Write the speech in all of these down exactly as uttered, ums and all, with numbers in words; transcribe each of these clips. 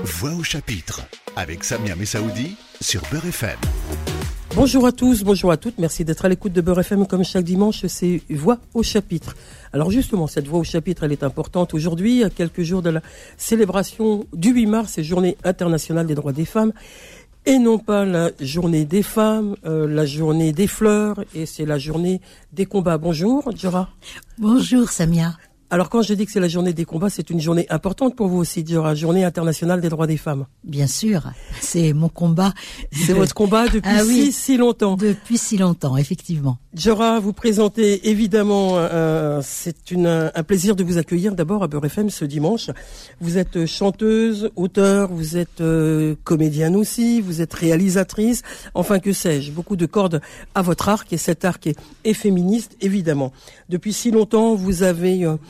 Voix au chapitre avec Samia Messaoudi sur Beurre F M. Bonjour à tous, bonjour à toutes, merci d'être à l'écoute de Beurre F M comme chaque dimanche, c'est Voix au chapitre. Alors justement, cette Voix au chapitre, elle est importante aujourd'hui, à quelques jours de la célébration du huit mars, c'est Journée internationale des droits des femmes, et non pas la journée des femmes, euh, la journée des fleurs, et c'est la journée des combats. Bonjour, Djora. Bonjour, Samia. Alors quand je dis que c'est la journée des combats, c'est une journée importante pour vous aussi, Djora, Journée internationale des droits des femmes. Bien sûr, c'est mon combat. C'est votre combat depuis ah, oui, si, si longtemps. Depuis si longtemps, effectivement. Djora, vous présentez évidemment, euh, c'est une, un plaisir de vous accueillir d'abord à Beurre F M ce dimanche. Vous êtes chanteuse, auteure, vous êtes euh, comédienne aussi, vous êtes réalisatrice, enfin que sais-je, beaucoup de cordes à votre arc et cet arc est, est féministe évidemment. Depuis si longtemps, vous avez euh,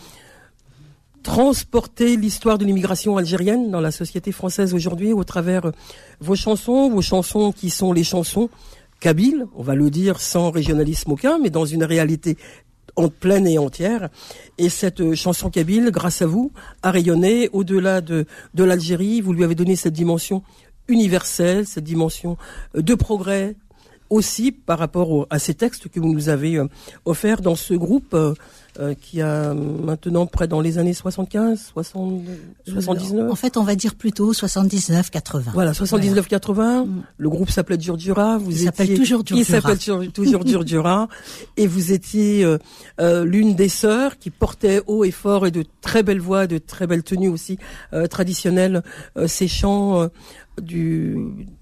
transporté l'histoire de l'immigration algérienne dans la société française aujourd'hui au travers euh, vos chansons, vos chansons qui sont les chansons kabyles, on va le dire sans régionalisme aucun, mais dans une réalité en pleine et entière. Et cette chanson kabyle, grâce à vous, a rayonné au-delà de, de l'Algérie. Vous lui avez donné cette dimension universelle, cette dimension de progrès aussi par rapport au, à ces textes que vous nous avez euh, offerts dans ce groupe euh, euh, qui a maintenant près dans les années soixante-quinze, soixante, soixante-dix-neuf. En fait, on va dire plutôt soixante-dix-neuf quatre-vingts. Voilà, soixante-dix-neuf quatre-vingts. Mmh. Le groupe s'appelait Djurdjura. Vous il étiez, s'appelle toujours Djurdjura. Il s'appelle toujours Djurdjura. Et vous étiez euh, euh, l'une des sœurs qui portait haut et fort et de très belles voix, de très belles tenues aussi euh, traditionnelles, euh, ces chants euh, du,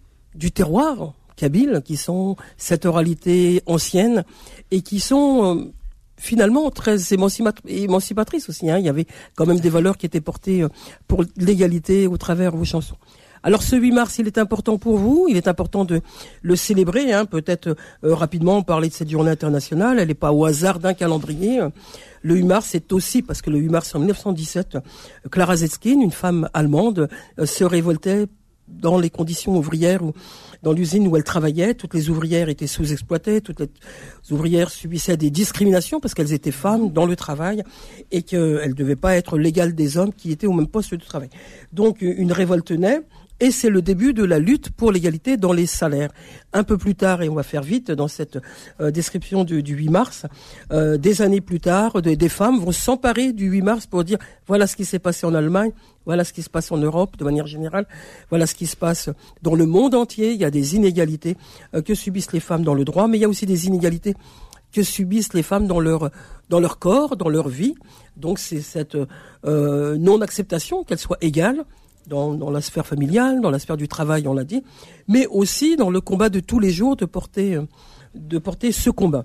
du terroir kabyle, qui sont cette oralité ancienne et qui sont euh, finalement très émancipatrices aussi. Hein. Il y avait quand même des valeurs qui étaient portées euh, pour l'égalité au travers de vos chansons. Alors ce huit mars, il est important pour vous, il est important de le célébrer, hein. Peut-être euh, rapidement parler de cette journée internationale, elle n'est pas au hasard d'un calendrier. Le huit mars, c'est aussi, parce que le huit mars en dix-neuf cent dix-sept, Clara Zetkin, une femme allemande, euh, se révoltait dans les conditions ouvrières, où, dans l'usine où elle travaillait, toutes les ouvrières étaient sous-exploitées, toutes les ouvrières subissaient des discriminations parce qu'elles étaient femmes dans le travail et qu'elles ne devaient pas être l'égale des hommes qui étaient au même poste de travail. Donc une révolte naît. Et c'est le début de la lutte pour l'égalité dans les salaires. Un peu plus tard, et on va faire vite dans cette euh, description du, du huit mars, euh, des années plus tard, de, des femmes vont s'emparer du huit mars pour dire voilà ce qui s'est passé en Allemagne, voilà ce qui se passe en Europe de manière générale, voilà ce qui se passe dans le monde entier. Il y a des inégalités euh, que subissent les femmes dans le droit, mais il y a aussi des inégalités que subissent les femmes dans leur dans leur corps, dans leur vie. Donc c'est cette euh, non-acceptation qu'elles soient égales. Dans, dans la sphère familiale, dans la sphère du travail, on l'a dit, mais aussi dans le combat de tous les jours de porter, de porter ce combat.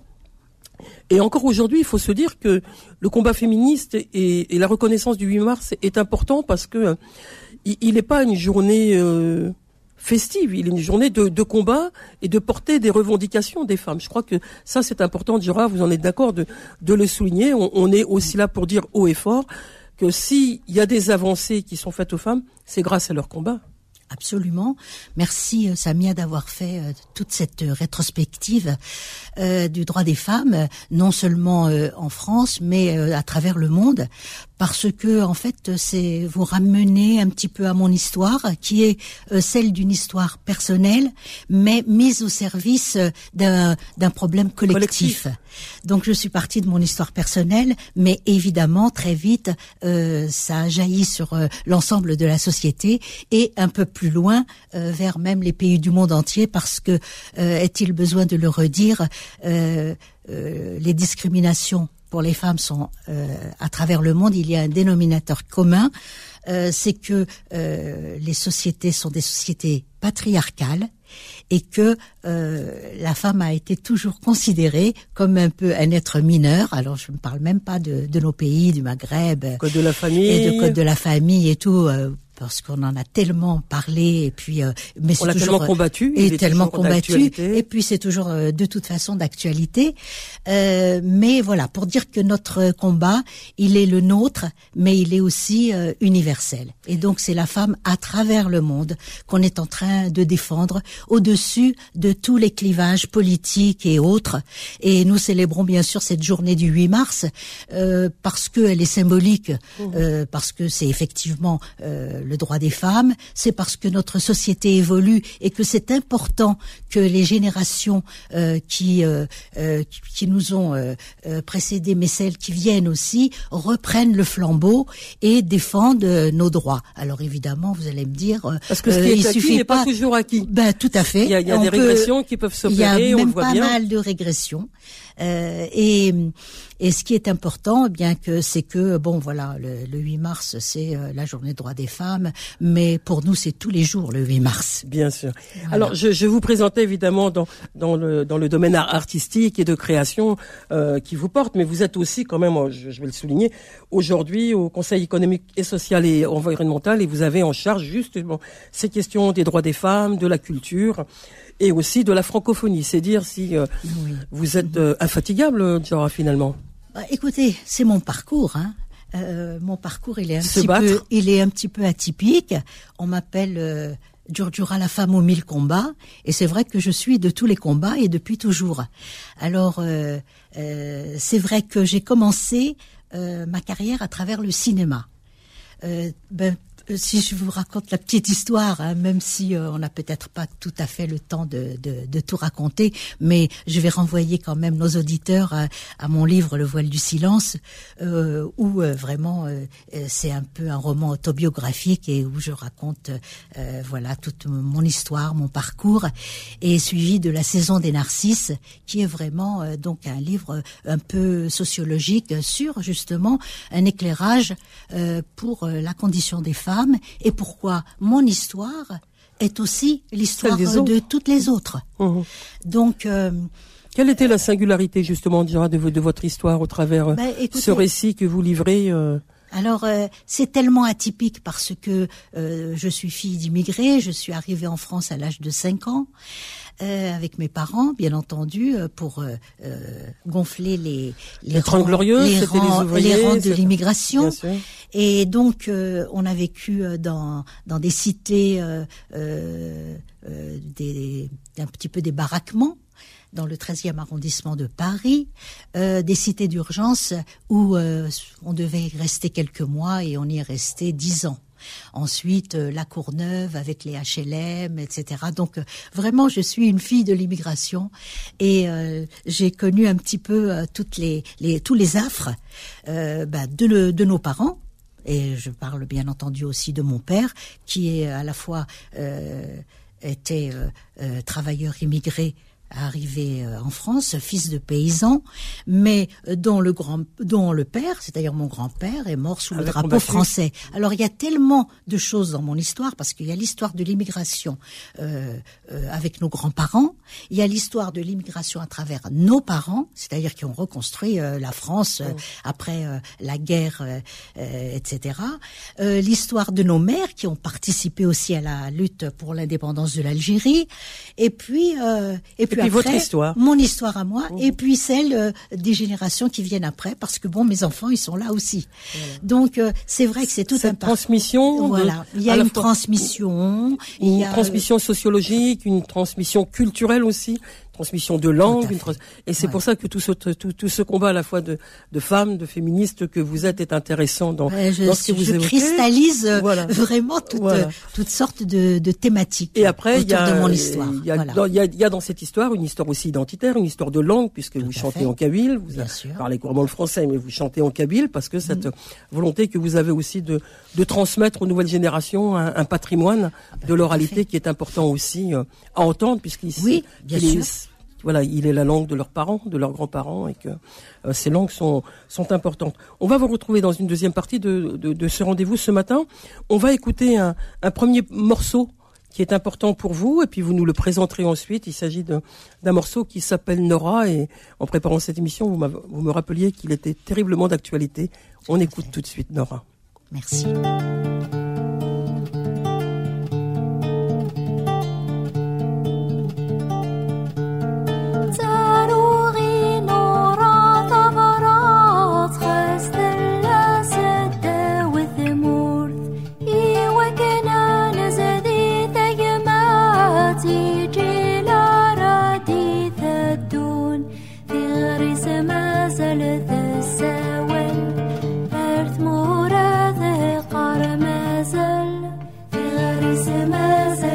Et encore aujourd'hui, il faut se dire que le combat féministe et, et la reconnaissance du huit mars est important parce que il n'est pas une journée euh, festive, il est une journée de, de combat et de porter des revendications des femmes. Je crois que ça, c'est important, Djora, vous en êtes d'accord de, de le souligner. On, on est aussi là pour dire haut et fort que s'il y a des avancées qui sont faites aux femmes, c'est grâce à leur combat. Absolument. Merci euh, Samia d'avoir fait euh, toute cette euh, rétrospective euh, du droit des femmes, euh, non seulement euh, en France, mais euh, à travers le monde, parce que en fait, c'est vous ramenez un petit peu à mon histoire, qui est euh, celle d'une histoire personnelle, mais mise au service euh, d'un d'un problème collectif. collectif. Donc, je suis partie de mon histoire personnelle, mais évidemment, très vite, euh, ça a jailli sur euh, l'ensemble de la société et un peu plus loin, euh, vers même les pays du monde entier, parce que, euh, est-il besoin de le redire, euh, euh, les discriminations pour les femmes sont euh, à travers le monde, il y a un dénominateur commun, euh, c'est que euh, les sociétés sont des sociétés patriarcales et que euh, la femme a été toujours considérée comme un peu un être mineur. Alors je ne parle même pas de, de nos pays, du Maghreb, code de la famille, et de code de la famille et tout. Euh, parce qu'on en a tellement parlé et puis euh, mais c'est on l'a toujours tellement combattu et tellement combattu et puis c'est toujours euh, de toute façon d'actualité. Euh, mais voilà, pour dire que notre combat, il est le nôtre, mais il est aussi euh, universel. Et donc c'est la femme à travers le monde qu'on est en train de défendre au-dessus de tous les clivages politiques et autres. Et nous célébrons bien sûr cette journée du huit mars euh, parce que elle est symbolique, mmh. euh, parce que c'est effectivement euh, le le droit des femmes, c'est parce que notre société évolue et que c'est important que les générations euh, qui euh, euh, qui nous ont euh, euh, précédés, mais celles qui viennent aussi, reprennent le flambeau et défendent euh, nos droits. Alors évidemment, vous allez me dire, euh, parce que ce qui est euh, acquis n'est pas, pas toujours acquis. Ben tout à fait. Il y a, il y a des peut, régressions qui peuvent s'opérer. Il y a même on le voit pas bien. mal de régressions. Euh, et et ce qui est important, bien que c'est que bon voilà, le, le huit mars c'est euh, la journée des droits des femmes, mais pour nous c'est tous les jours le huit mars. Bien sûr. Voilà. Alors je, je vous présentais évidemment dans dans le dans le domaine artistique et de création euh, qui vous porte, mais vous êtes aussi quand même, je, je vais le souligner, aujourd'hui au Conseil économique et social et environnemental, et vous avez en charge justement ces questions des droits des femmes, de la culture et aussi de la francophonie. C'est dire si euh, oui. vous êtes euh, infatigable, Diora, finalement. Bah, écoutez, c'est mon parcours, hein. Euh, mon parcours, il est un Se petit battre. peu, il est un petit peu atypique. On m'appelle euh, Djurdjura, la femme aux mille combats, et c'est vrai que je suis de tous les combats et depuis toujours. Alors, euh, euh, c'est vrai que j'ai commencé euh, ma carrière à travers le cinéma. Euh, ben, si je vous raconte la petite histoire, hein, même si euh, on n'a peut-être pas tout à fait le temps de, de, de tout raconter, mais je vais renvoyer quand même nos auditeurs à, à mon livre Le voile du silence, euh, où euh, vraiment euh, c'est un peu un roman autobiographique et où je raconte euh, voilà toute mon histoire, mon parcours, et suivi de La saison des narcisses, qui est vraiment euh, donc un livre un peu sociologique sur justement un éclairage euh, pour euh, la condition des femmes. Et pourquoi mon histoire est aussi l'histoire de toutes les autres. Mmh. Donc, euh, quelle était la singularité justement de, de votre histoire au travers ben, écoutez, ce récit que vous livrez euh... Alors, euh, c'est tellement atypique parce que euh, je suis fille d'immigrés, je suis arrivée en France à l'âge de cinq ans. Euh, avec mes parents, bien entendu, euh, pour euh, euh, gonfler les les, les rangs, glorieuses, les rangs, les, ouvriers, les rangs de l'immigration. Ça. Et donc, euh, on a vécu dans dans des cités, euh, euh, euh, des, un petit peu des baraquements, dans le treizième arrondissement de Paris, euh, des cités d'urgence où euh, on devait rester quelques mois et on y est resté dix ans. Ensuite, euh, la Courneuve avec les H L M, et cetera. Donc, euh, vraiment, je suis une fille de l'immigration et euh, j'ai connu un petit peu euh, toutes les, les, tous les affres euh, bah, de, le, de nos parents. Et je parle bien entendu aussi de mon père, qui est à la fois euh, était euh, euh, travailleur immigré, arrivé en France, fils de paysan, mais dont le grand, dont le père, c'est-à-dire mon grand-père, est mort sous le drapeau français. Alors il y a tellement de choses dans mon histoire, parce qu'il y a l'histoire de l'immigration euh, euh, avec nos grands-parents, il y a l'histoire de l'immigration à travers nos parents, c'est-à-dire qui ont reconstruit euh, la France euh, après euh, la guerre, euh, euh, et cetera. Euh, l'histoire de nos mères qui ont participé aussi à la lutte pour l'indépendance de l'Algérie, et puis euh, et puis Et puis après, votre histoire. Mon histoire à moi, mmh. et puis celle euh, des générations qui viennent après, parce que bon, mes enfants, ils sont là aussi. Voilà. Donc, euh, c'est vrai que c'est tout Cette un transmission. Voilà, de, il y a une transmission. Une il y a, transmission sociologique, une transmission culturelle aussi. Transmission de langue, une trans... et c'est ouais. pour ça que tout ce tout, tout ce combat à la fois de de femmes, de féministes que vous êtes est intéressant dans, ouais, je, dans ce que vous je évoquez. cristallise voilà. vraiment toutes voilà. toutes sortes de, de thématiques. Et après, il y a de mon histoire. Il y a voilà. dans, il y a il y a dans cette histoire une histoire aussi identitaire, une histoire de langue puisque tout vous chantez fait. en kabyle, vous parlez couramment le français, mais vous chantez en kabyle parce que cette mmh. volonté que vous avez aussi de de transmettre aux nouvelles générations un, un patrimoine ah ben, de l'oralité qui est important aussi euh, à entendre puisqu'il oui, bien sûr. Est, voilà, il est la langue de leurs parents, de leurs grands-parents, et que euh, ces langues sont sont importantes. On va vous retrouver dans une deuxième partie de de, de ce rendez-vous ce matin. On va écouter un, un premier morceau qui est important pour vous, et puis vous nous le présenterez ensuite. Il s'agit de, d'un morceau qui s'appelle Nora, et en préparant cette émission, vous, vous me rappeliez qu'il était terriblement d'actualité. On écoute tout de suite Nora. Merci. ذا السوال فرث مراد قرمز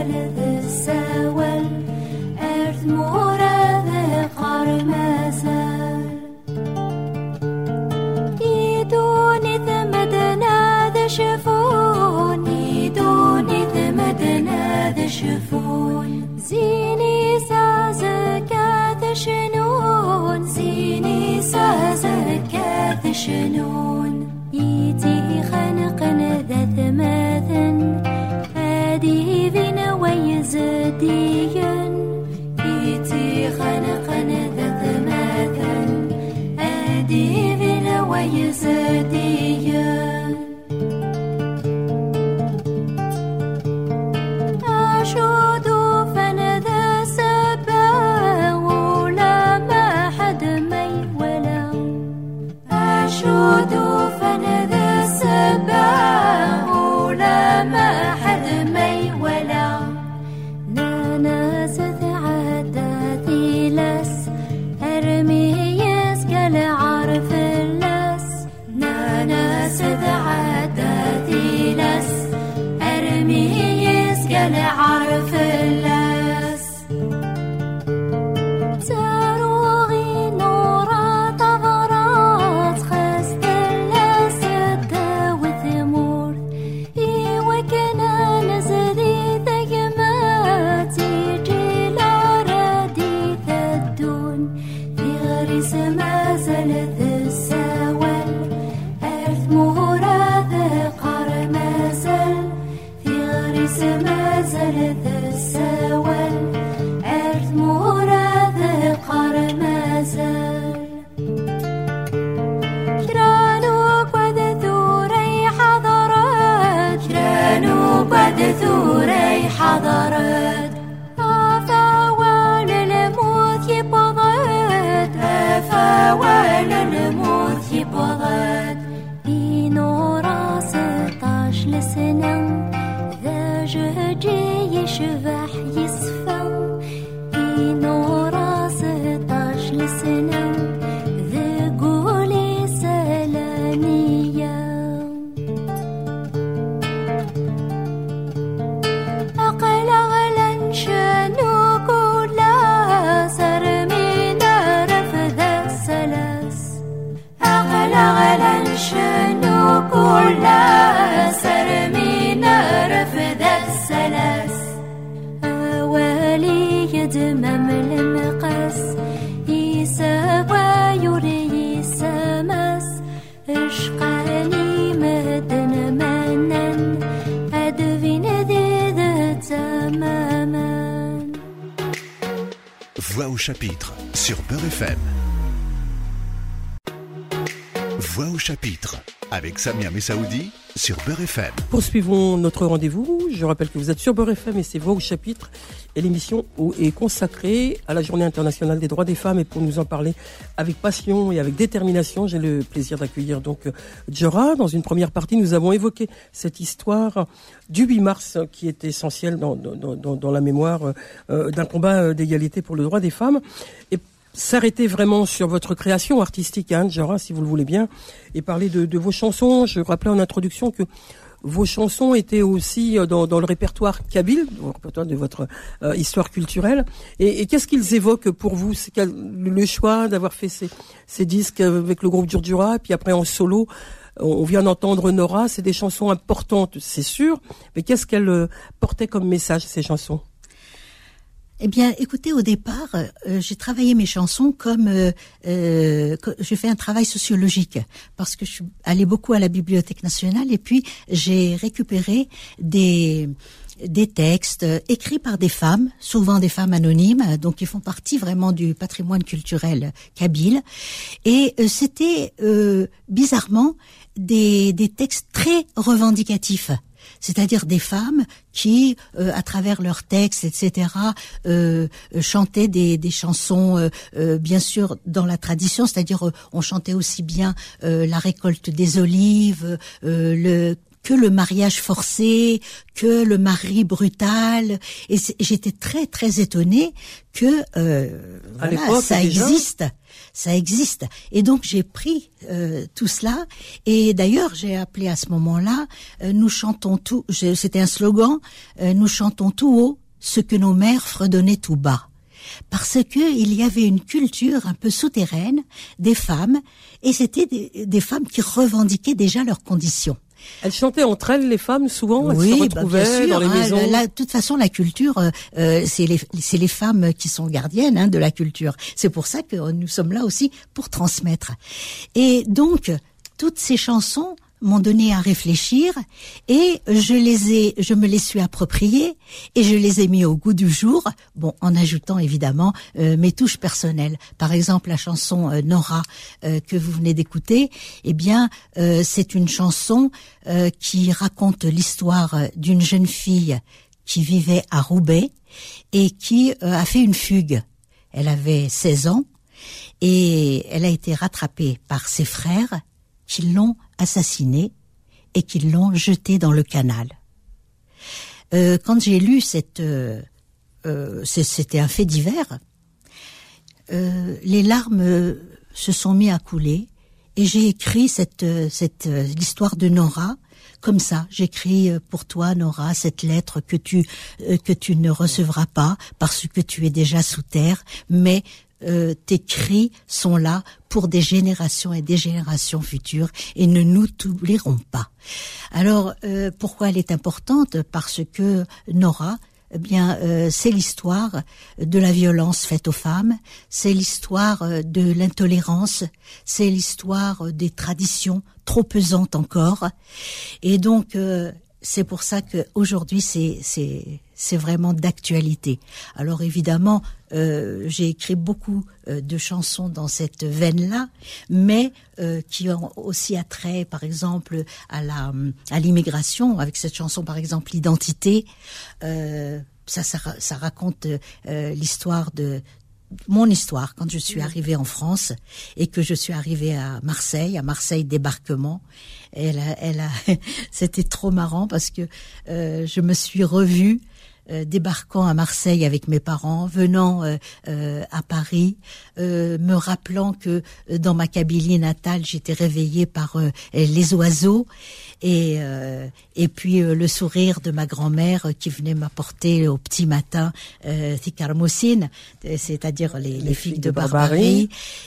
Voix au chapitre sur Beurre F M. Voix au chapitre avec Samia Messaoudi sur Beurre F M. Poursuivons notre rendez-vous. Je rappelle que vous êtes sur Beurre F M et c'est Voix au chapitre. Et l'émission est consacrée à la Journée internationale des droits des femmes. Et pour nous en parler avec passion et avec détermination, j'ai le plaisir d'accueillir donc Djora. Dans une première partie, nous avons évoqué cette histoire du huit mars qui est essentielle dans, dans, dans, dans la mémoire euh, d'un combat d'égalité pour le droit des femmes. Et s'arrêter vraiment sur votre création artistique, hein, Djora, si vous le voulez bien, et parler de, de vos chansons. Je rappelais en introduction que vos chansons étaient aussi dans, dans le répertoire kabyle, dans le répertoire de votre euh, histoire culturelle. Et, et qu'est-ce qu'ils évoquent pour vous? C'est quel, le choix d'avoir fait ces, ces disques avec le groupe Djurdjura, puis après en solo. On vient d'entendre Nora, c'est des chansons importantes, c'est sûr. Mais qu'est-ce qu'elles portaient comme message, ces chansons? Eh bien, écoutez, au départ, euh, j'ai travaillé mes chansons comme euh, euh, j'ai fait un travail sociologique parce que je suis allée beaucoup à la Bibliothèque nationale et puis j'ai récupéré des des textes écrits par des femmes, souvent des femmes anonymes, donc qui font partie vraiment du patrimoine culturel kabyle. Et euh, c'était euh, bizarrement des des textes très revendicatifs. C'est-à-dire des femmes qui, euh, à travers leurs textes, et cetera, euh, chantaient des, des chansons, euh, euh, bien sûr, dans la tradition. C'est-à-dire, euh, on chantait aussi bien euh, la récolte des olives, euh, le que le mariage forcé, que le mari brutal. Et j'étais très très étonnée que euh, voilà, ça déjà. existe, ça existe. Et donc j'ai pris euh, tout cela. Et d'ailleurs j'ai appelé à ce moment-là, euh, nous chantons tout. C'était un slogan, euh, nous chantons tout haut ce que nos mères fredonnaient tout bas. Parce que il y avait une culture un peu souterraine des femmes, et c'était des, des femmes qui revendiquaient déjà leurs conditions. Elles chantaient entre elles, les femmes, souvent, elles oui, se retrouvaient bah bien sûr, dans les hein, maisons. Là, de toute façon, la culture, euh, c'est les, c'est les femmes qui sont gardiennes hein, de la culture. C'est pour ça que nous sommes là aussi pour transmettre. Et donc, toutes ces chansons m'ont donné à réfléchir, et je les ai, je me les suis appropriées, et je les ai mis au goût du jour, bon, en ajoutant évidemment euh, mes touches personnelles. Par exemple, la chanson euh, Nora euh, que vous venez d'écouter, eh bien, euh, c'est une chanson euh, qui raconte l'histoire d'une jeune fille qui vivait à Roubaix et qui euh, a fait une fugue. Elle avait seize ans et elle a été rattrapée par ses frères qui l'ont assassinée et qui l'ont jetée dans le canal. Euh, quand j'ai lu cette, euh, euh, c'était un fait divers, euh, les larmes euh, se sont mis à couler, et j'ai écrit cette, cette euh, l'histoire de Nora comme ça. J'écris euh, pour toi, Nora, cette lettre que tu euh, que tu ne recevras pas parce que tu es déjà sous terre, mais Euh, tes cris sont là pour des générations et des générations futures, et ne nous t'oublierons pas. Alors, euh, pourquoi elle est importante? Parce que Nora, eh bien, euh, c'est l'histoire de la violence faite aux femmes, c'est l'histoire de l'intolérance, c'est l'histoire des traditions trop pesantes encore, et donc euh, c'est pour ça que aujourd'hui c'est c'est c'est vraiment d'actualité. Alors évidemment, euh, j'ai écrit beaucoup euh, de chansons dans cette veine-là, mais euh, qui ont aussi attrait, par exemple, à la à l'immigration. Avec cette chanson, par exemple, l'identité, euh, ça, ça ça raconte euh, l'histoire de mon histoire quand je suis arrivée en France et que je suis arrivée à Marseille, à Marseille débarquement. Elle a, elle a, c'était trop marrant parce que euh, je me suis revue euh, débarquant à Marseille avec mes parents, venant euh, euh, à Paris, euh, me rappelant que euh, dans ma Kabylie natale, j'étais réveillée par euh, les oiseaux. Et euh, et puis euh, le sourire de ma grand-mère euh, qui venait m'apporter au petit matin euh, Thikarmoussine, c'est-à-dire les, les, les figues de, de barbarie. barbarie.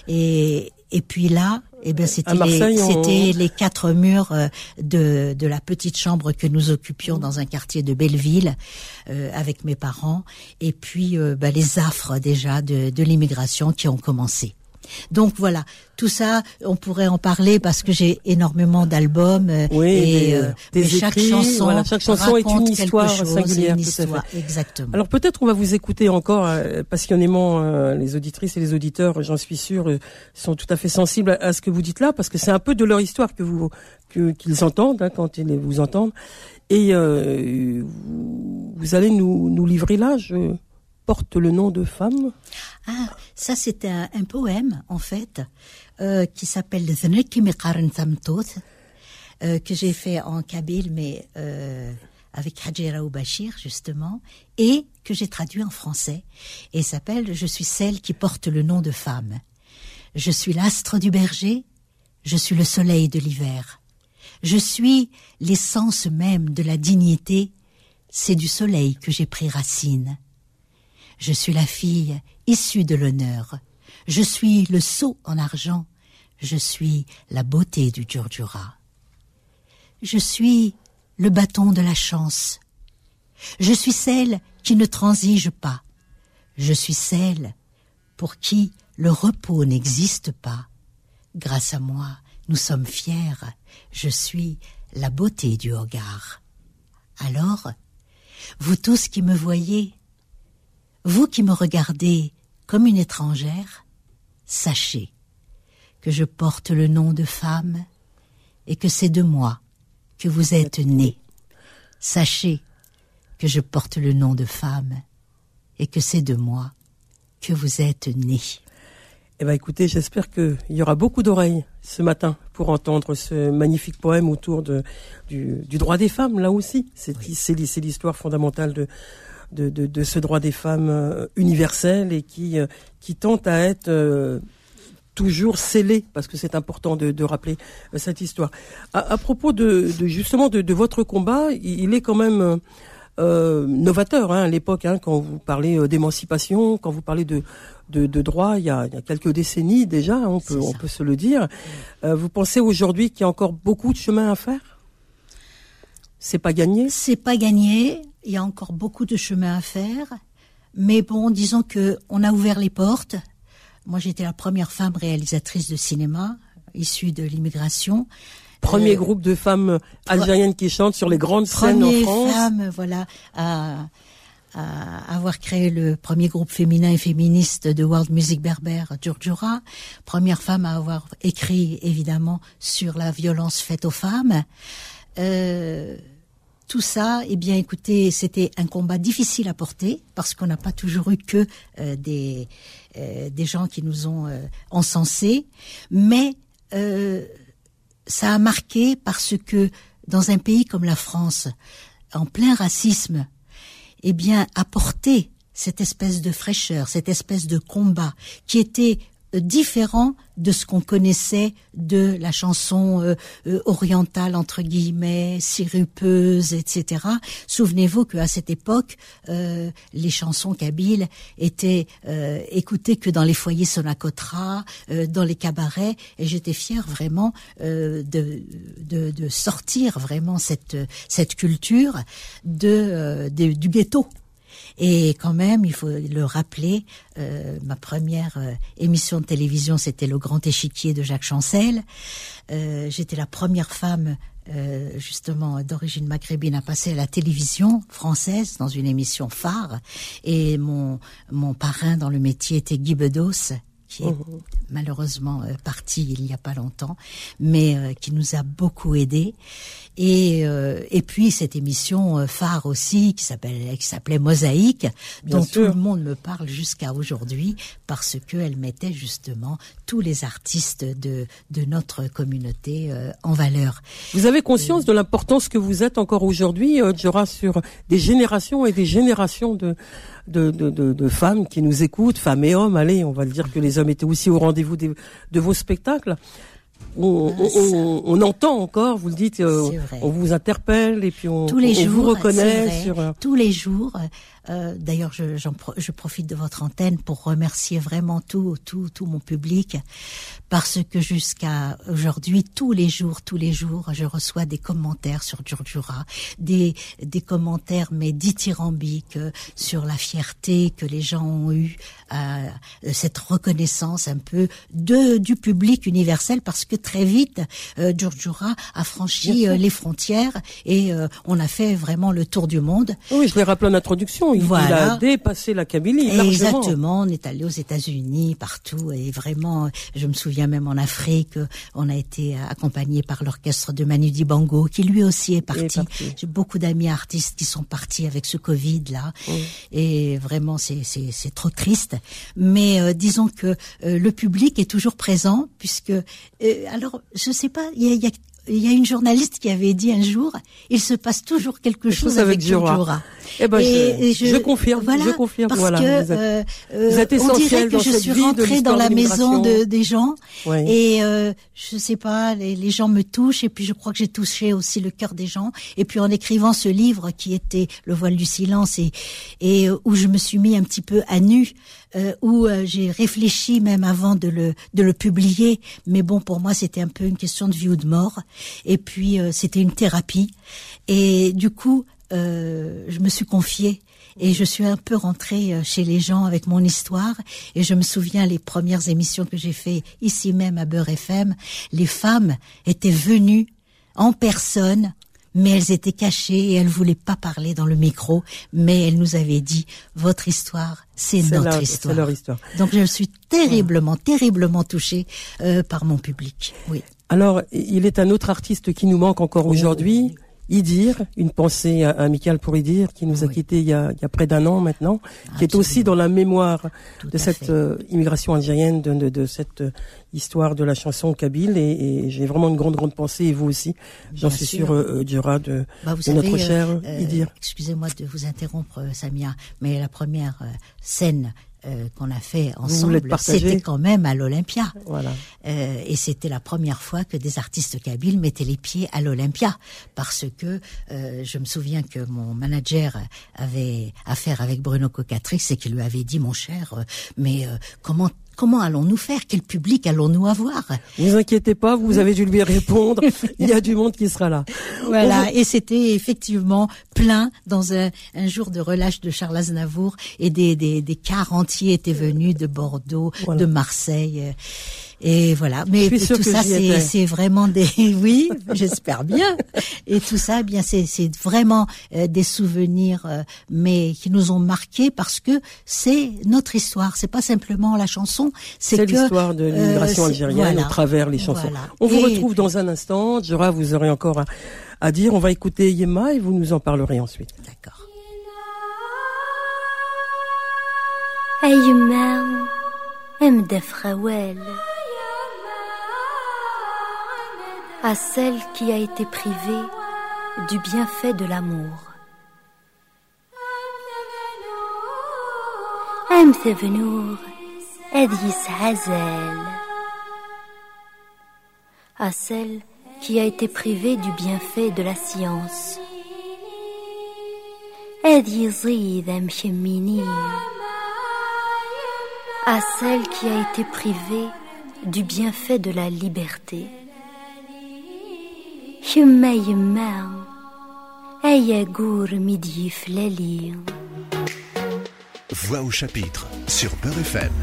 Et et puis là, eh ben c'était Marseille, les, c'était on... les quatre murs euh, de de la petite chambre que nous occupions dans un quartier de Belleville euh, avec mes parents. Et puis euh, ben, les affres déjà de de l'immigration qui ont commencé. Donc voilà, tout ça, on pourrait en parler parce que j'ai énormément d'albums euh, oui, et euh, mais chaque écrits, chanson, voilà, chaque chanson est une histoire chose, singulière. Une histoire, exactement. Alors peut-être on va vous écouter encore euh, passionnément, euh, les auditrices et les auditeurs, j'en suis sûre, euh, sont tout à fait sensibles à, à ce que vous dites là, parce que c'est un peu de leur histoire que vous que, qu'ils entendent hein, quand ils vous entendent, et euh, vous, vous allez nous nous livrer là. Je porte le nom de femme. Ah, ça c'était un, un poème en fait euh, qui s'appelle Znek Miqarn Tamtot, euh, que j'ai fait en kabyle mais euh, avec Hadjira Bachir justement, et que j'ai traduit en français, et il s'appelle Je suis celle qui porte le nom de femme. Je suis l'astre du berger, je suis le soleil de l'hiver. Je suis l'essence même de la dignité, c'est du soleil que j'ai pris racine. Je suis la fille issue de l'honneur. Je suis le sceau en argent. Je suis la beauté du Djurdjura. Je suis le bâton de la chance. Je suis celle qui ne transige pas. Je suis celle pour qui le repos n'existe pas. Grâce à moi, nous sommes fiers. Je suis la beauté du Hogar. Alors, vous tous qui me voyez, vous qui me regardez comme une étrangère, sachez que je porte le nom de femme et que c'est de moi que vous êtes nés. Sachez que je porte le nom de femme et que c'est de moi que vous êtes nés. Eh ben, écoutez, j'espère qu'il y aura beaucoup d'oreilles ce matin pour entendre ce magnifique poème autour de, du, du droit des femmes, là aussi. C'est, oui. c'est, c'est l'histoire fondamentale de, de, de, de ce droit des femmes euh, universel et qui, euh, qui tente à être euh, toujours scellé, parce que c'est important de, de rappeler euh, cette histoire. À, à propos de, de justement de, de votre combat, il, il est quand même... Euh, Euh, novateur hein, à l'époque, hein, quand vous parlez euh, d'émancipation, quand vous parlez de de, de droit, il y a, il y a quelques décennies déjà, hein, on peut on peut se le dire. Euh, vous pensez aujourd'hui qu'il y a encore beaucoup de chemin à faire? C'est pas gagné? C'est pas gagné. Il y a encore beaucoup de chemin à faire, mais bon, disons que on a ouvert les portes. Moi, j'étais la première femme réalisatrice de cinéma issue de l'immigration. Premier euh, groupe de femmes algériennes qui chantent sur les grandes scènes en France. Première femme, voilà, à, à avoir créé le premier groupe féminin et féministe de world music berbère, Djurdjura. Première femme à avoir écrit, évidemment, sur la violence faite aux femmes. Euh, tout ça, eh bien, écoutez, c'était un combat difficile à porter parce qu'on n'a pas toujours eu que euh, des euh, des gens qui nous ont euh, encensés, mais euh, ça a marqué parce que dans un pays comme la France, en plein racisme, eh bien, apporter cette espèce de fraîcheur, cette espèce de combat qui était différent de ce qu'on connaissait de la chanson euh, euh, orientale, entre guillemets, sirupeuse, et cetera. Souvenez-vous qu'à cette époque, euh, les chansons kabyles étaient euh, écoutées que dans les foyers Sonacotra, euh, dans les cabarets, et j'étais fière vraiment euh, de, de, de sortir vraiment cette, cette culture de, euh, de, du ghetto. Et quand même, il faut le rappeler, euh, ma première euh, émission de télévision, c'était Le Grand Échiquier de Jacques Chancel. Euh, j'étais la première femme, euh, justement, d'origine maghrébine à passer à la télévision française dans une émission phare. Et mon, mon parrain dans le métier était Guy Bedos, qui est mmh. malheureusement euh, parti il n'y a pas longtemps, mais euh, qui nous a beaucoup aidés. Et euh, et puis cette émission euh, phare aussi qui s'appelle qui s'appelait Mosaïque, Bien dont sûr. Tout le monde me parle jusqu'à aujourd'hui parce que elle mettait justement tous les artistes de de notre communauté euh, en valeur. Vous avez conscience et... de l'importance que vous êtes encore aujourd'hui, euh, Djura, sur des générations et des générations de De, de, de, de femmes qui nous écoutent, femmes et hommes. Allez, on va le dire que les hommes étaient aussi au rendez-vous des, de vos spectacles. On, on, on, on entend encore, vous le dites, euh, on vous interpelle et puis on, tous les on jours, vous reconnaît. Sur... Tous les jours. Euh, d'ailleurs, je, j'en pro, je profite de votre antenne pour remercier vraiment tout, tout, tout mon public, parce que jusqu'à aujourd'hui, tous les jours, tous les jours, je reçois des commentaires sur Djurdjura, des, des commentaires mais dithyrambiques sur la fierté que les gens ont eue, euh, cette reconnaissance un peu de du public universel, parce que très vite, euh, Djurdjura a franchi euh, les frontières et euh, on a fait vraiment le tour du monde. Oui, je l'ai rappelé en introduction. Il, voilà. il a dépassé la Kabylie largement. Exactement, on est allé aux États-Unis, partout, et vraiment, je me souviens même en Afrique, on a été accompagné par l'orchestre de Manu Dibango, qui lui aussi est parti. Est parti. J'ai beaucoup d'amis artistes qui sont partis avec ce Covid-là, oui. Et vraiment, c'est, c'est, c'est trop triste. Mais euh, disons que euh, le public est toujours présent, puisque, euh, alors, je sais pas, il y a, y a Il y a une journaliste qui avait dit un jour, il se passe toujours quelque chose, chose avec Djurdjura. Eh ben, et, je, je, je confirme, voilà, je confirme. Parce voilà, que vous êtes, euh, vous êtes on dirait que dans je cette suis vie rentrée de dans la de maison de, des gens, oui. Et euh, je sais pas, les, les gens me touchent, et puis je crois que j'ai touché aussi le cœur des gens. Et puis en écrivant ce livre qui était Le Voile du Silence, et, et où je me suis mis un petit peu à nu, euh, où euh, j'ai réfléchi même avant de le de le publier. Mais bon, pour moi, c'était un peu une question de vie ou de mort. Et puis euh, c'était une thérapie. Et du coup, euh, je me suis confiée. Et je suis un peu rentrée chez les gens avec mon histoire. Et je me souviens les premières émissions que j'ai fait ici même à Beurre F M. Les femmes étaient venues en personne, mais elles étaient cachées et elles voulaient pas parler dans le micro. Mais elles nous avaient dit, votre histoire, c'est, c'est notre leur, histoire. C'est leur histoire. Donc je suis terriblement, terriblement touchée euh, par mon public. Oui. Alors, il est un autre artiste qui nous manque encore oh. aujourd'hui. Idir, une pensée amicale pour Idir, qui nous a oui. quittés il y a, il y a près d'un an maintenant, Absolument. Qui est aussi dans la mémoire Tout de cette euh, immigration algérienne, de, de, de cette euh, histoire de la chanson kabyle. Et, et j'ai vraiment une grande, grande pensée, et vous aussi, j'en suis sûr, sûr euh, Dura, de, bah, de savez, notre cher euh, Idir. Excusez-moi de vous interrompre, Samia, mais la première euh, scène Euh, qu'on a fait ensemble, c'était quand même à l'Olympia. Voilà. Euh, et c'était la première fois que des artistes kabyles mettaient les pieds à l'Olympia, parce que euh, je me souviens que mon manager avait affaire avec Bruno Cocatrix et qu'il lui avait dit, mon cher, euh, mais euh, comment Comment allons-nous faire? Quel public allons-nous avoir? Ne vous inquiétez pas, vous avez dû lui répondre. Il y a du monde qui sera là. Voilà. Et c'était effectivement plein dans un, un jour de relâche de Charles Aznavour, et des, des, des cars entiers étaient venus de Bordeaux, voilà. de Marseille. Et voilà. Mais tout ça, c'est, c'est vraiment des, oui, j'espère bien. Et tout ça, eh bien, c'est, c'est vraiment euh, des souvenirs, euh, mais qui nous ont marqués, parce que c'est notre histoire. C'est pas simplement la chanson. C'est, c'est que, l'histoire de l'immigration euh, algérienne voilà. au travers les chansons. Voilà. On vous et... retrouve dans un instant. Dura, vous aurez encore à, à dire. On va écouter Yemma et vous nous en parlerez ensuite. D'accord. Hey Yemma, Mdefrawel. À celle qui a été privée du bienfait de l'amour. À celle qui a été privée du bienfait de la science. À celle qui a été privée du bienfait de la liberté. Yemma yemma, aya gour midi flali. Voix au chapitre sur Beurre F M.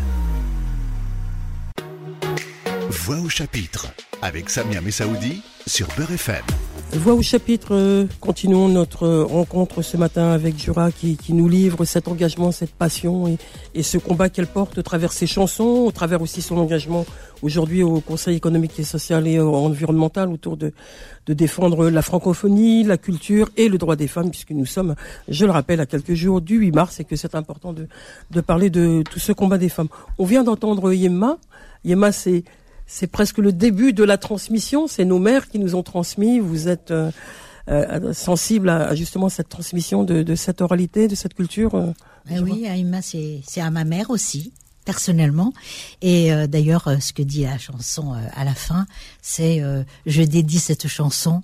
Voix au chapitre avec Samia Messaoudi sur Beurre F M. Voix au chapitre, euh, continuons notre rencontre ce matin avec Dura qui, qui nous livre cet engagement, cette passion et, et ce combat qu'elle porte au travers ses chansons, au travers aussi son engagement aujourd'hui au Conseil économique et social et environnemental autour de, de défendre la francophonie, la culture et le droit des femmes, puisque nous sommes, je le rappelle, à quelques jours du huit mars et que c'est important de, de parler de tout ce combat des femmes. On vient d'entendre Yemma. Yemma, c'est C'est presque le début de la transmission. C'est nos mères qui nous ont transmis. Vous êtes euh, euh, sensible à, à justement cette transmission de, de cette oralité, de cette culture. Euh, eh oui, Aïma, c'est, c'est à ma mère aussi, personnellement. Et euh, d'ailleurs, euh, ce que dit la chanson euh, à la fin, c'est euh, je dédie cette chanson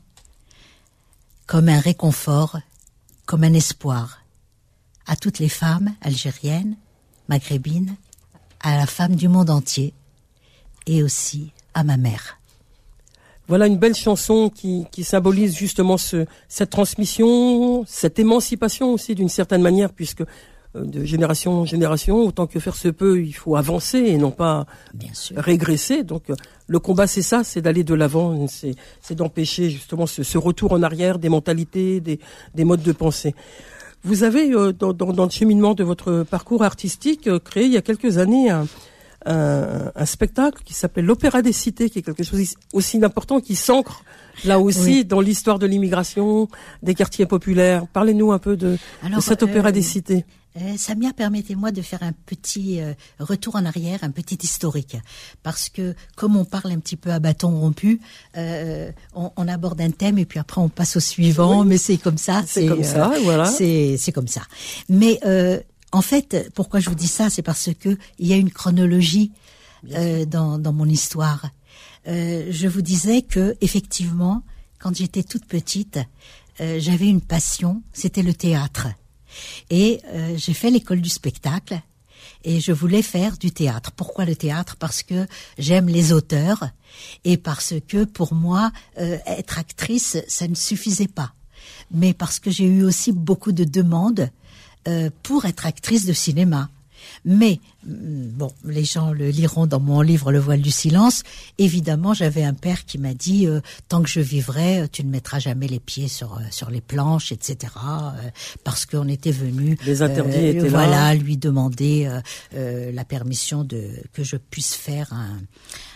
comme un réconfort, comme un espoir à toutes les femmes algériennes, maghrébines, à la femme du monde entier. Et aussi à ma mère. Voilà une belle chanson qui, qui symbolise justement ce, cette transmission, cette émancipation aussi d'une certaine manière, puisque euh, de génération en génération, autant que faire se peut, il faut avancer et non pas Bien sûr. régresser. Donc euh, le combat, c'est ça, c'est d'aller de l'avant, c'est, c'est d'empêcher justement ce, ce retour en arrière des mentalités, des, des modes de pensée. Vous avez, euh, dans, dans, dans le cheminement de votre parcours artistique, euh, créé il y a quelques années un Un, un spectacle qui s'appelle l'Opéra des Cités, qui est quelque chose aussi d'important, qui s'ancre là aussi oui. dans l'histoire de l'immigration, des quartiers populaires. Parlez-nous un peu de, Alors, de cet Opéra euh, des Cités. Euh, Samia, permettez-moi de faire un petit euh, retour en arrière, un petit historique, parce que comme on parle un petit peu à bâton rompu, euh, on, on aborde un thème et puis après on passe au suivant, oui. mais c'est comme ça. C'est, c'est comme euh, ça, voilà. C'est, c'est comme ça. Mais euh, en fait, pourquoi je vous dis ça, c'est parce que il y a une chronologie euh, dans, dans mon histoire. Euh, je vous disais que effectivement, quand j'étais toute petite, euh, j'avais une passion, c'était le théâtre. Et euh, j'ai fait l'école du spectacle et je voulais faire du théâtre. Pourquoi le théâtre ? Parce que j'aime les auteurs et parce que pour moi, euh, être actrice, ça ne suffisait pas. Mais parce que j'ai eu aussi beaucoup de demandes Euh, pour être actrice de cinéma. Mais, bon, les gens le liront dans mon livre Le voile du silence. Évidemment, j'avais un père qui m'a dit euh, tant que je vivrai, tu ne mettras jamais les pieds sur euh, sur les planches, et cetera. Euh, parce qu'on était venu, les interdits euh, étaient voilà, là. lui demander euh, euh, la permission de que je puisse faire un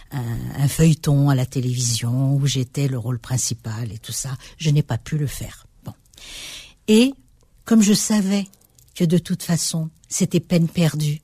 un, un feuilleton à la télévision où j'étais le rôle principal et tout ça. Je n'ai pas pu le faire. Bon. Et comme je savais que de toute façon, c'était peine perdue,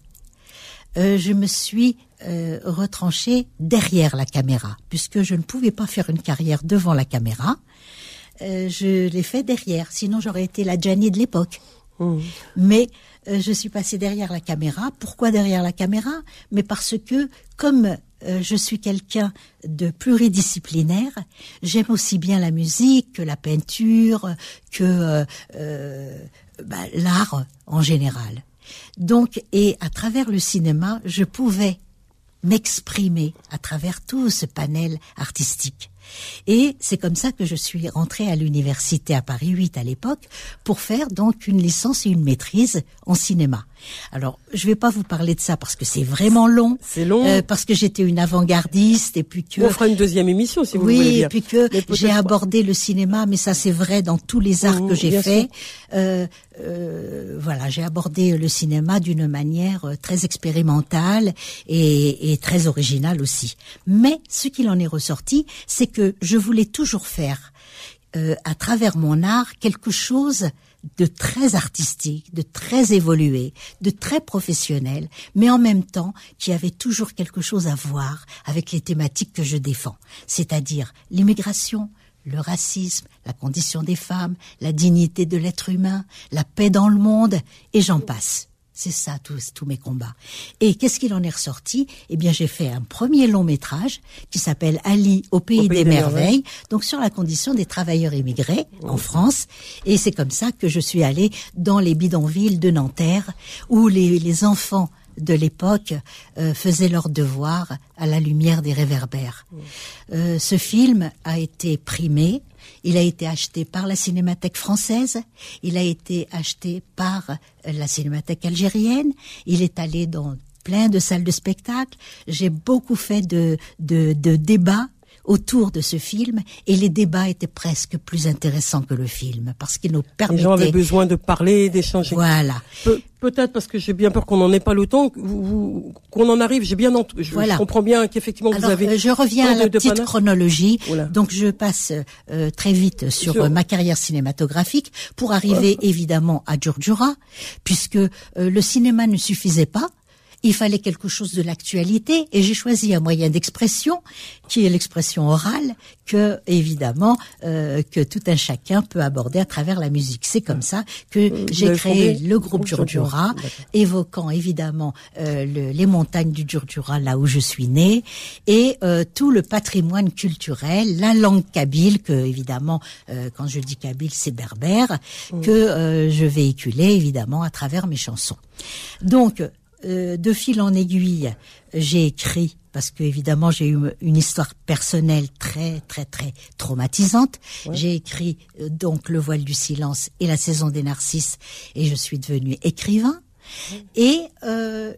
euh, je me suis euh, retranchée derrière la caméra, puisque je ne pouvais pas faire une carrière devant la caméra. Euh, je l'ai fait derrière, sinon j'aurais été la Gianni de l'époque. Mmh. Mais euh, je suis passée derrière la caméra. Pourquoi derrière la caméra? Mais parce que, comme euh, je suis quelqu'un de pluridisciplinaire, j'aime aussi bien la musique que la peinture, que euh, euh, bah, l'art en général. Donc, et à travers le cinéma, je pouvais m'exprimer à travers tout ce panel artistique. Et c'est comme ça que je suis rentrée à l'université à Paris huit à l'époque pour faire donc une licence et une maîtrise en cinéma. Alors, je vais pas vous parler de ça parce que c'est vraiment long. C'est long. Euh, parce que j'étais une avant-gardiste et puis que... On fera une deuxième émission si vous oui, voulez bien. Oui, et puis que j'ai abordé le cinéma, mais ça c'est vrai dans tous les arts mmh, que j'ai fait. Euh, euh, voilà, j'ai abordé le cinéma d'une manière très expérimentale et, et très originale aussi. Mais ce qu'il en est ressorti, c'est que je voulais toujours faire, euh, à travers mon art, quelque chose de très artistique, de très évolué, de très professionnel, mais en même temps qui avait toujours quelque chose à voir avec les thématiques que je défends, c'est-à-dire l'immigration, le racisme, la condition des femmes, la dignité de l'être humain, la paix dans le monde, et j'en passe. C'est ça, tous, tous mes combats. Et qu'est-ce qu'il en est ressorti? Eh bien, j'ai fait un premier long métrage qui s'appelle Ali au pays, au pays des, des merveilles, merveilles, donc sur la condition des travailleurs immigrés oh. en France. Et c'est comme ça que je suis allée dans les bidonvilles de Nanterre, où les, les enfants de l'époque euh, faisaient leurs devoirs à la lumière des réverbères. Oh. Euh, ce film a été primé. Il a été acheté par la Cinémathèque française, il a été acheté par la Cinémathèque algérienne, il est allé dans plein de salles de spectacle. J'ai beaucoup fait de, de, de débats autour de ce film, et les débats étaient presque plus intéressants que le film, parce qu'ils nous permettaient... Les gens avaient besoin de parler, d'échanger. Voilà. Pe- peut-être parce que j'ai bien peur qu'on n'en ait pas le temps, vous, vous, qu'on en arrive, j'ai bien ent- je, voilà. je comprends bien qu'effectivement Alors, vous avez... Euh, je reviens à la de, petite de chronologie, voilà. donc je passe euh, très vite sur, sur... Euh, ma carrière cinématographique, pour arriver ouais. évidemment à Djurdjura, puisque euh, le cinéma ne suffisait pas. Il fallait quelque chose de l'actualité, et j'ai choisi un moyen d'expression qui est l'expression orale, que évidemment euh, que tout un chacun peut aborder à travers la musique. C'est comme ça que Vous j'ai créé le groupe Djurdjura, évoquant évidemment euh, le, les montagnes du Djurdjura, là où je suis née, et euh, tout le patrimoine culturel, la langue kabyle, que évidemment, euh, quand je dis kabyle, c'est berbère, mmh. que euh, je véhiculais évidemment à travers mes chansons. Donc, Euh, de fil en aiguille, j'ai écrit, parce que évidemment j'ai eu une histoire personnelle très très très traumatisante. Ouais. J'ai écrit euh, donc Le voile du silence et La saison des narcisses, et je suis devenue écrivain. Ouais. Et euh,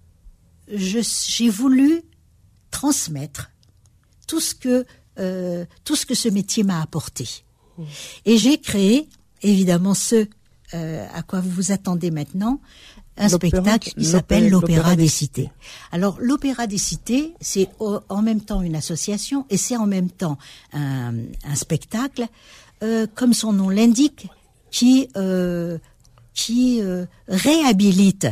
je, j'ai voulu transmettre tout ce que euh, tout ce que ce métier m'a apporté. Ouais. Et j'ai créé évidemment ce euh, à quoi vous vous attendez maintenant. Un l'opéra, spectacle qui s'appelle l'Opéra des Cités. Alors, l'Opéra des Cités, c'est au, en même temps une association, et c'est en même temps un, un spectacle, euh, comme son nom l'indique, qui euh, qui euh, réhabilite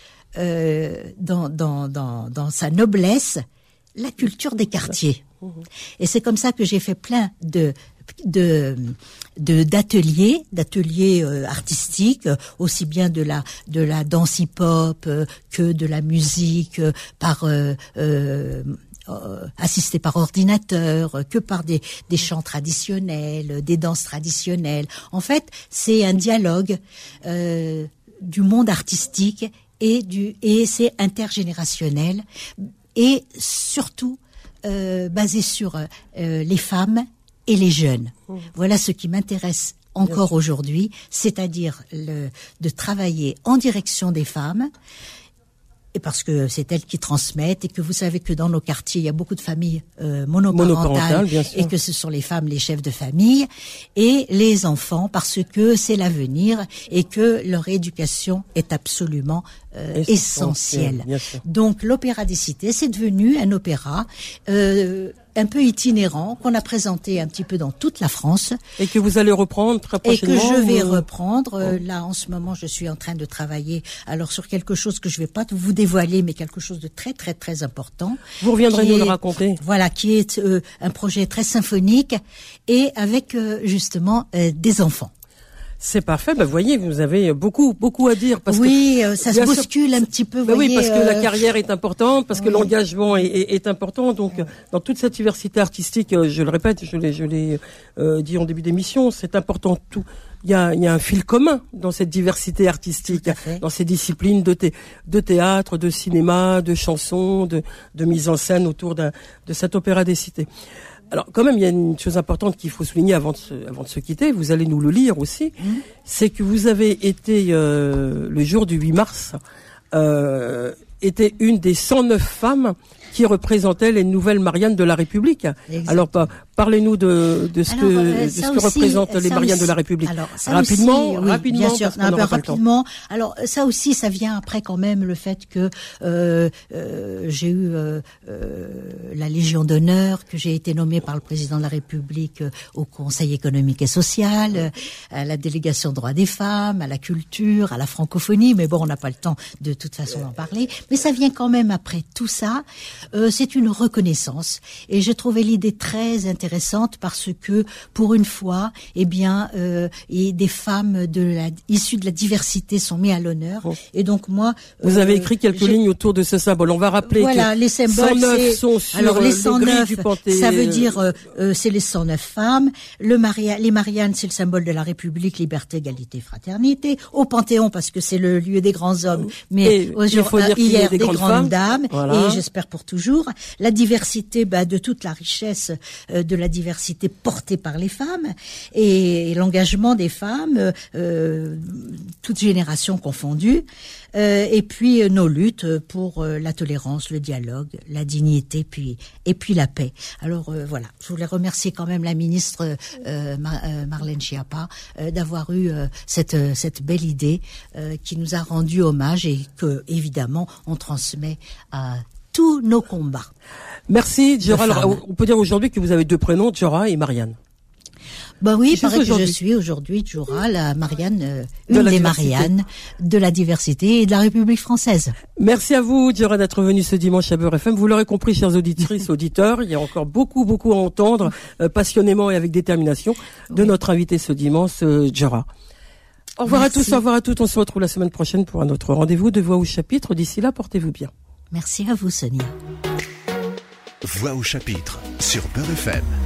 euh, dans, dans dans dans sa noblesse la culture des quartiers. Et c'est comme ça que j'ai fait plein de de de d'ateliers d'ateliers euh, artistiques, euh, aussi bien de la de la danse hip-hop euh, que de la musique euh, par euh, euh, euh, assistée par ordinateur, euh, que par des des chants traditionnels, des danses traditionnelles. En fait, c'est un dialogue euh, du monde artistique et du et c'est intergénérationnel, et surtout euh, basé sur euh, les femmes et les jeunes. Mmh. Voilà ce qui m'intéresse encore aujourd'hui, c'est-à-dire le, de travailler en direction des femmes et parce que c'est elles qui transmettent, et que vous savez que dans nos quartiers, il y a beaucoup de familles euh, monoparentales, Monoparentale, bien sûr. et que ce sont les femmes les chefs de famille, et les enfants, parce que c'est l'avenir, et que leur éducation est absolument euh, essentielle. Donc l'Opéra des Cités, c'est devenu un opéra euh, un peu itinérant, qu'on a présenté un petit peu dans toute la France. Et que vous allez reprendre très prochainement. Et que je vais ou... reprendre. Euh, là, en ce moment, je suis en train de travailler alors sur quelque chose que je vais pas vous dévoiler, mais quelque chose de très, très, très important. Vous reviendrez nous est, le raconter. Voilà, qui est euh, un projet très symphonique et avec euh, justement euh, des enfants. C'est parfait. Ben, vous voyez, vous avez beaucoup, beaucoup à dire. Parce oui, que, euh, ça se bouscule sûr, un petit peu. Ben voyez, oui, parce que euh... la carrière est importante, parce oui. que l'engagement est, est, est important. Donc, oui. dans toute cette diversité artistique, je le répète, je l'ai, je l'ai euh, dit en début d'émission, c'est important tout. Il y a, il y a un fil commun dans cette diversité artistique, dans ces disciplines de, thé, de théâtre, de cinéma, de chansons, de, de mise en scène autour d'un, de cet opéra des cités. Alors, quand même, il y a une chose importante qu'il faut souligner avant de se, avant de se quitter. Vous allez nous le lire aussi. Mmh. C'est que vous avez été, euh, le jour du huit mars, euh, était une des cent neuf femmes qui représentaient les nouvelles Mariannes de la République. Exactement. Alors, pa- parlez-nous de, de ce alors, que, euh, de ce que aussi, représentent les Mariannes aussi, de la République. Alors, rapidement, aussi, oui, rapidement, bien sûr, parce qu'on un peu rapidement. Alors, ça aussi, ça vient après quand même le fait que euh, euh, j'ai eu euh, euh, la Légion d'honneur, que j'ai été nommée par le président de la République euh, au Conseil économique et social, euh, à la délégation droits des femmes, à la culture, à la francophonie. Mais bon, on n'a pas le temps de toute façon d'en parler. Mais ça vient quand même après tout ça. Euh, c'est une reconnaissance, et j'ai trouvé l'idée très intéressante parce que pour une fois, eh bien, euh, et des femmes de la, issues de la diversité sont mises à l'honneur. Oh. Et donc moi, vous euh, avez écrit quelques lignes autour de ce symbole. On va rappeler voilà, que les symboles, cent neuf sont sur alors les cent neuf, du Panthéon. Ça veut dire euh, euh, c'est les cent neuf femmes. Le Maria, les Mariannes, c'est le symbole de la République, liberté, égalité, fraternité. Au Panthéon parce que c'est le lieu des grands hommes, mais aujourd'hui, euh, hier des, des grandes, grandes dames. Voilà. Et j'espère pour toujours. La diversité, bah, de toute la richesse euh, de la diversité portée par les femmes, et, et l'engagement des femmes, euh, toutes générations confondues, euh, et puis euh, nos luttes pour euh, la tolérance, le dialogue, la dignité, puis et puis la paix. Alors euh, voilà, je voulais remercier quand même la ministre euh, Mar- euh, Marlène Schiappa euh, d'avoir eu euh, cette cette belle idée euh, qui nous a rendu hommage et que évidemment on transmet à tous nos combats. Merci, Djora. Alors, on peut dire aujourd'hui que vous avez deux prénoms, Djora et Marianne. Bah oui, il paraît que je suis aujourd'hui Djora, la Marianne, euh, une de des Mariannes de la diversité et de la République française. Merci à vous, Djora, d'être venu ce dimanche à Beurre F M. Vous l'aurez compris, chers auditrices, auditeurs, il y a encore beaucoup, beaucoup à entendre, euh, passionnément et avec détermination, de oui. notre invité ce dimanche, euh, Djora. Au revoir Merci. à tous, au revoir à toutes. On se retrouve la semaine prochaine pour un autre rendez-vous de Voix au chapitre. D'ici là, portez-vous bien. Merci à vous, Sonia. Voix au chapitre sur Beurre F M.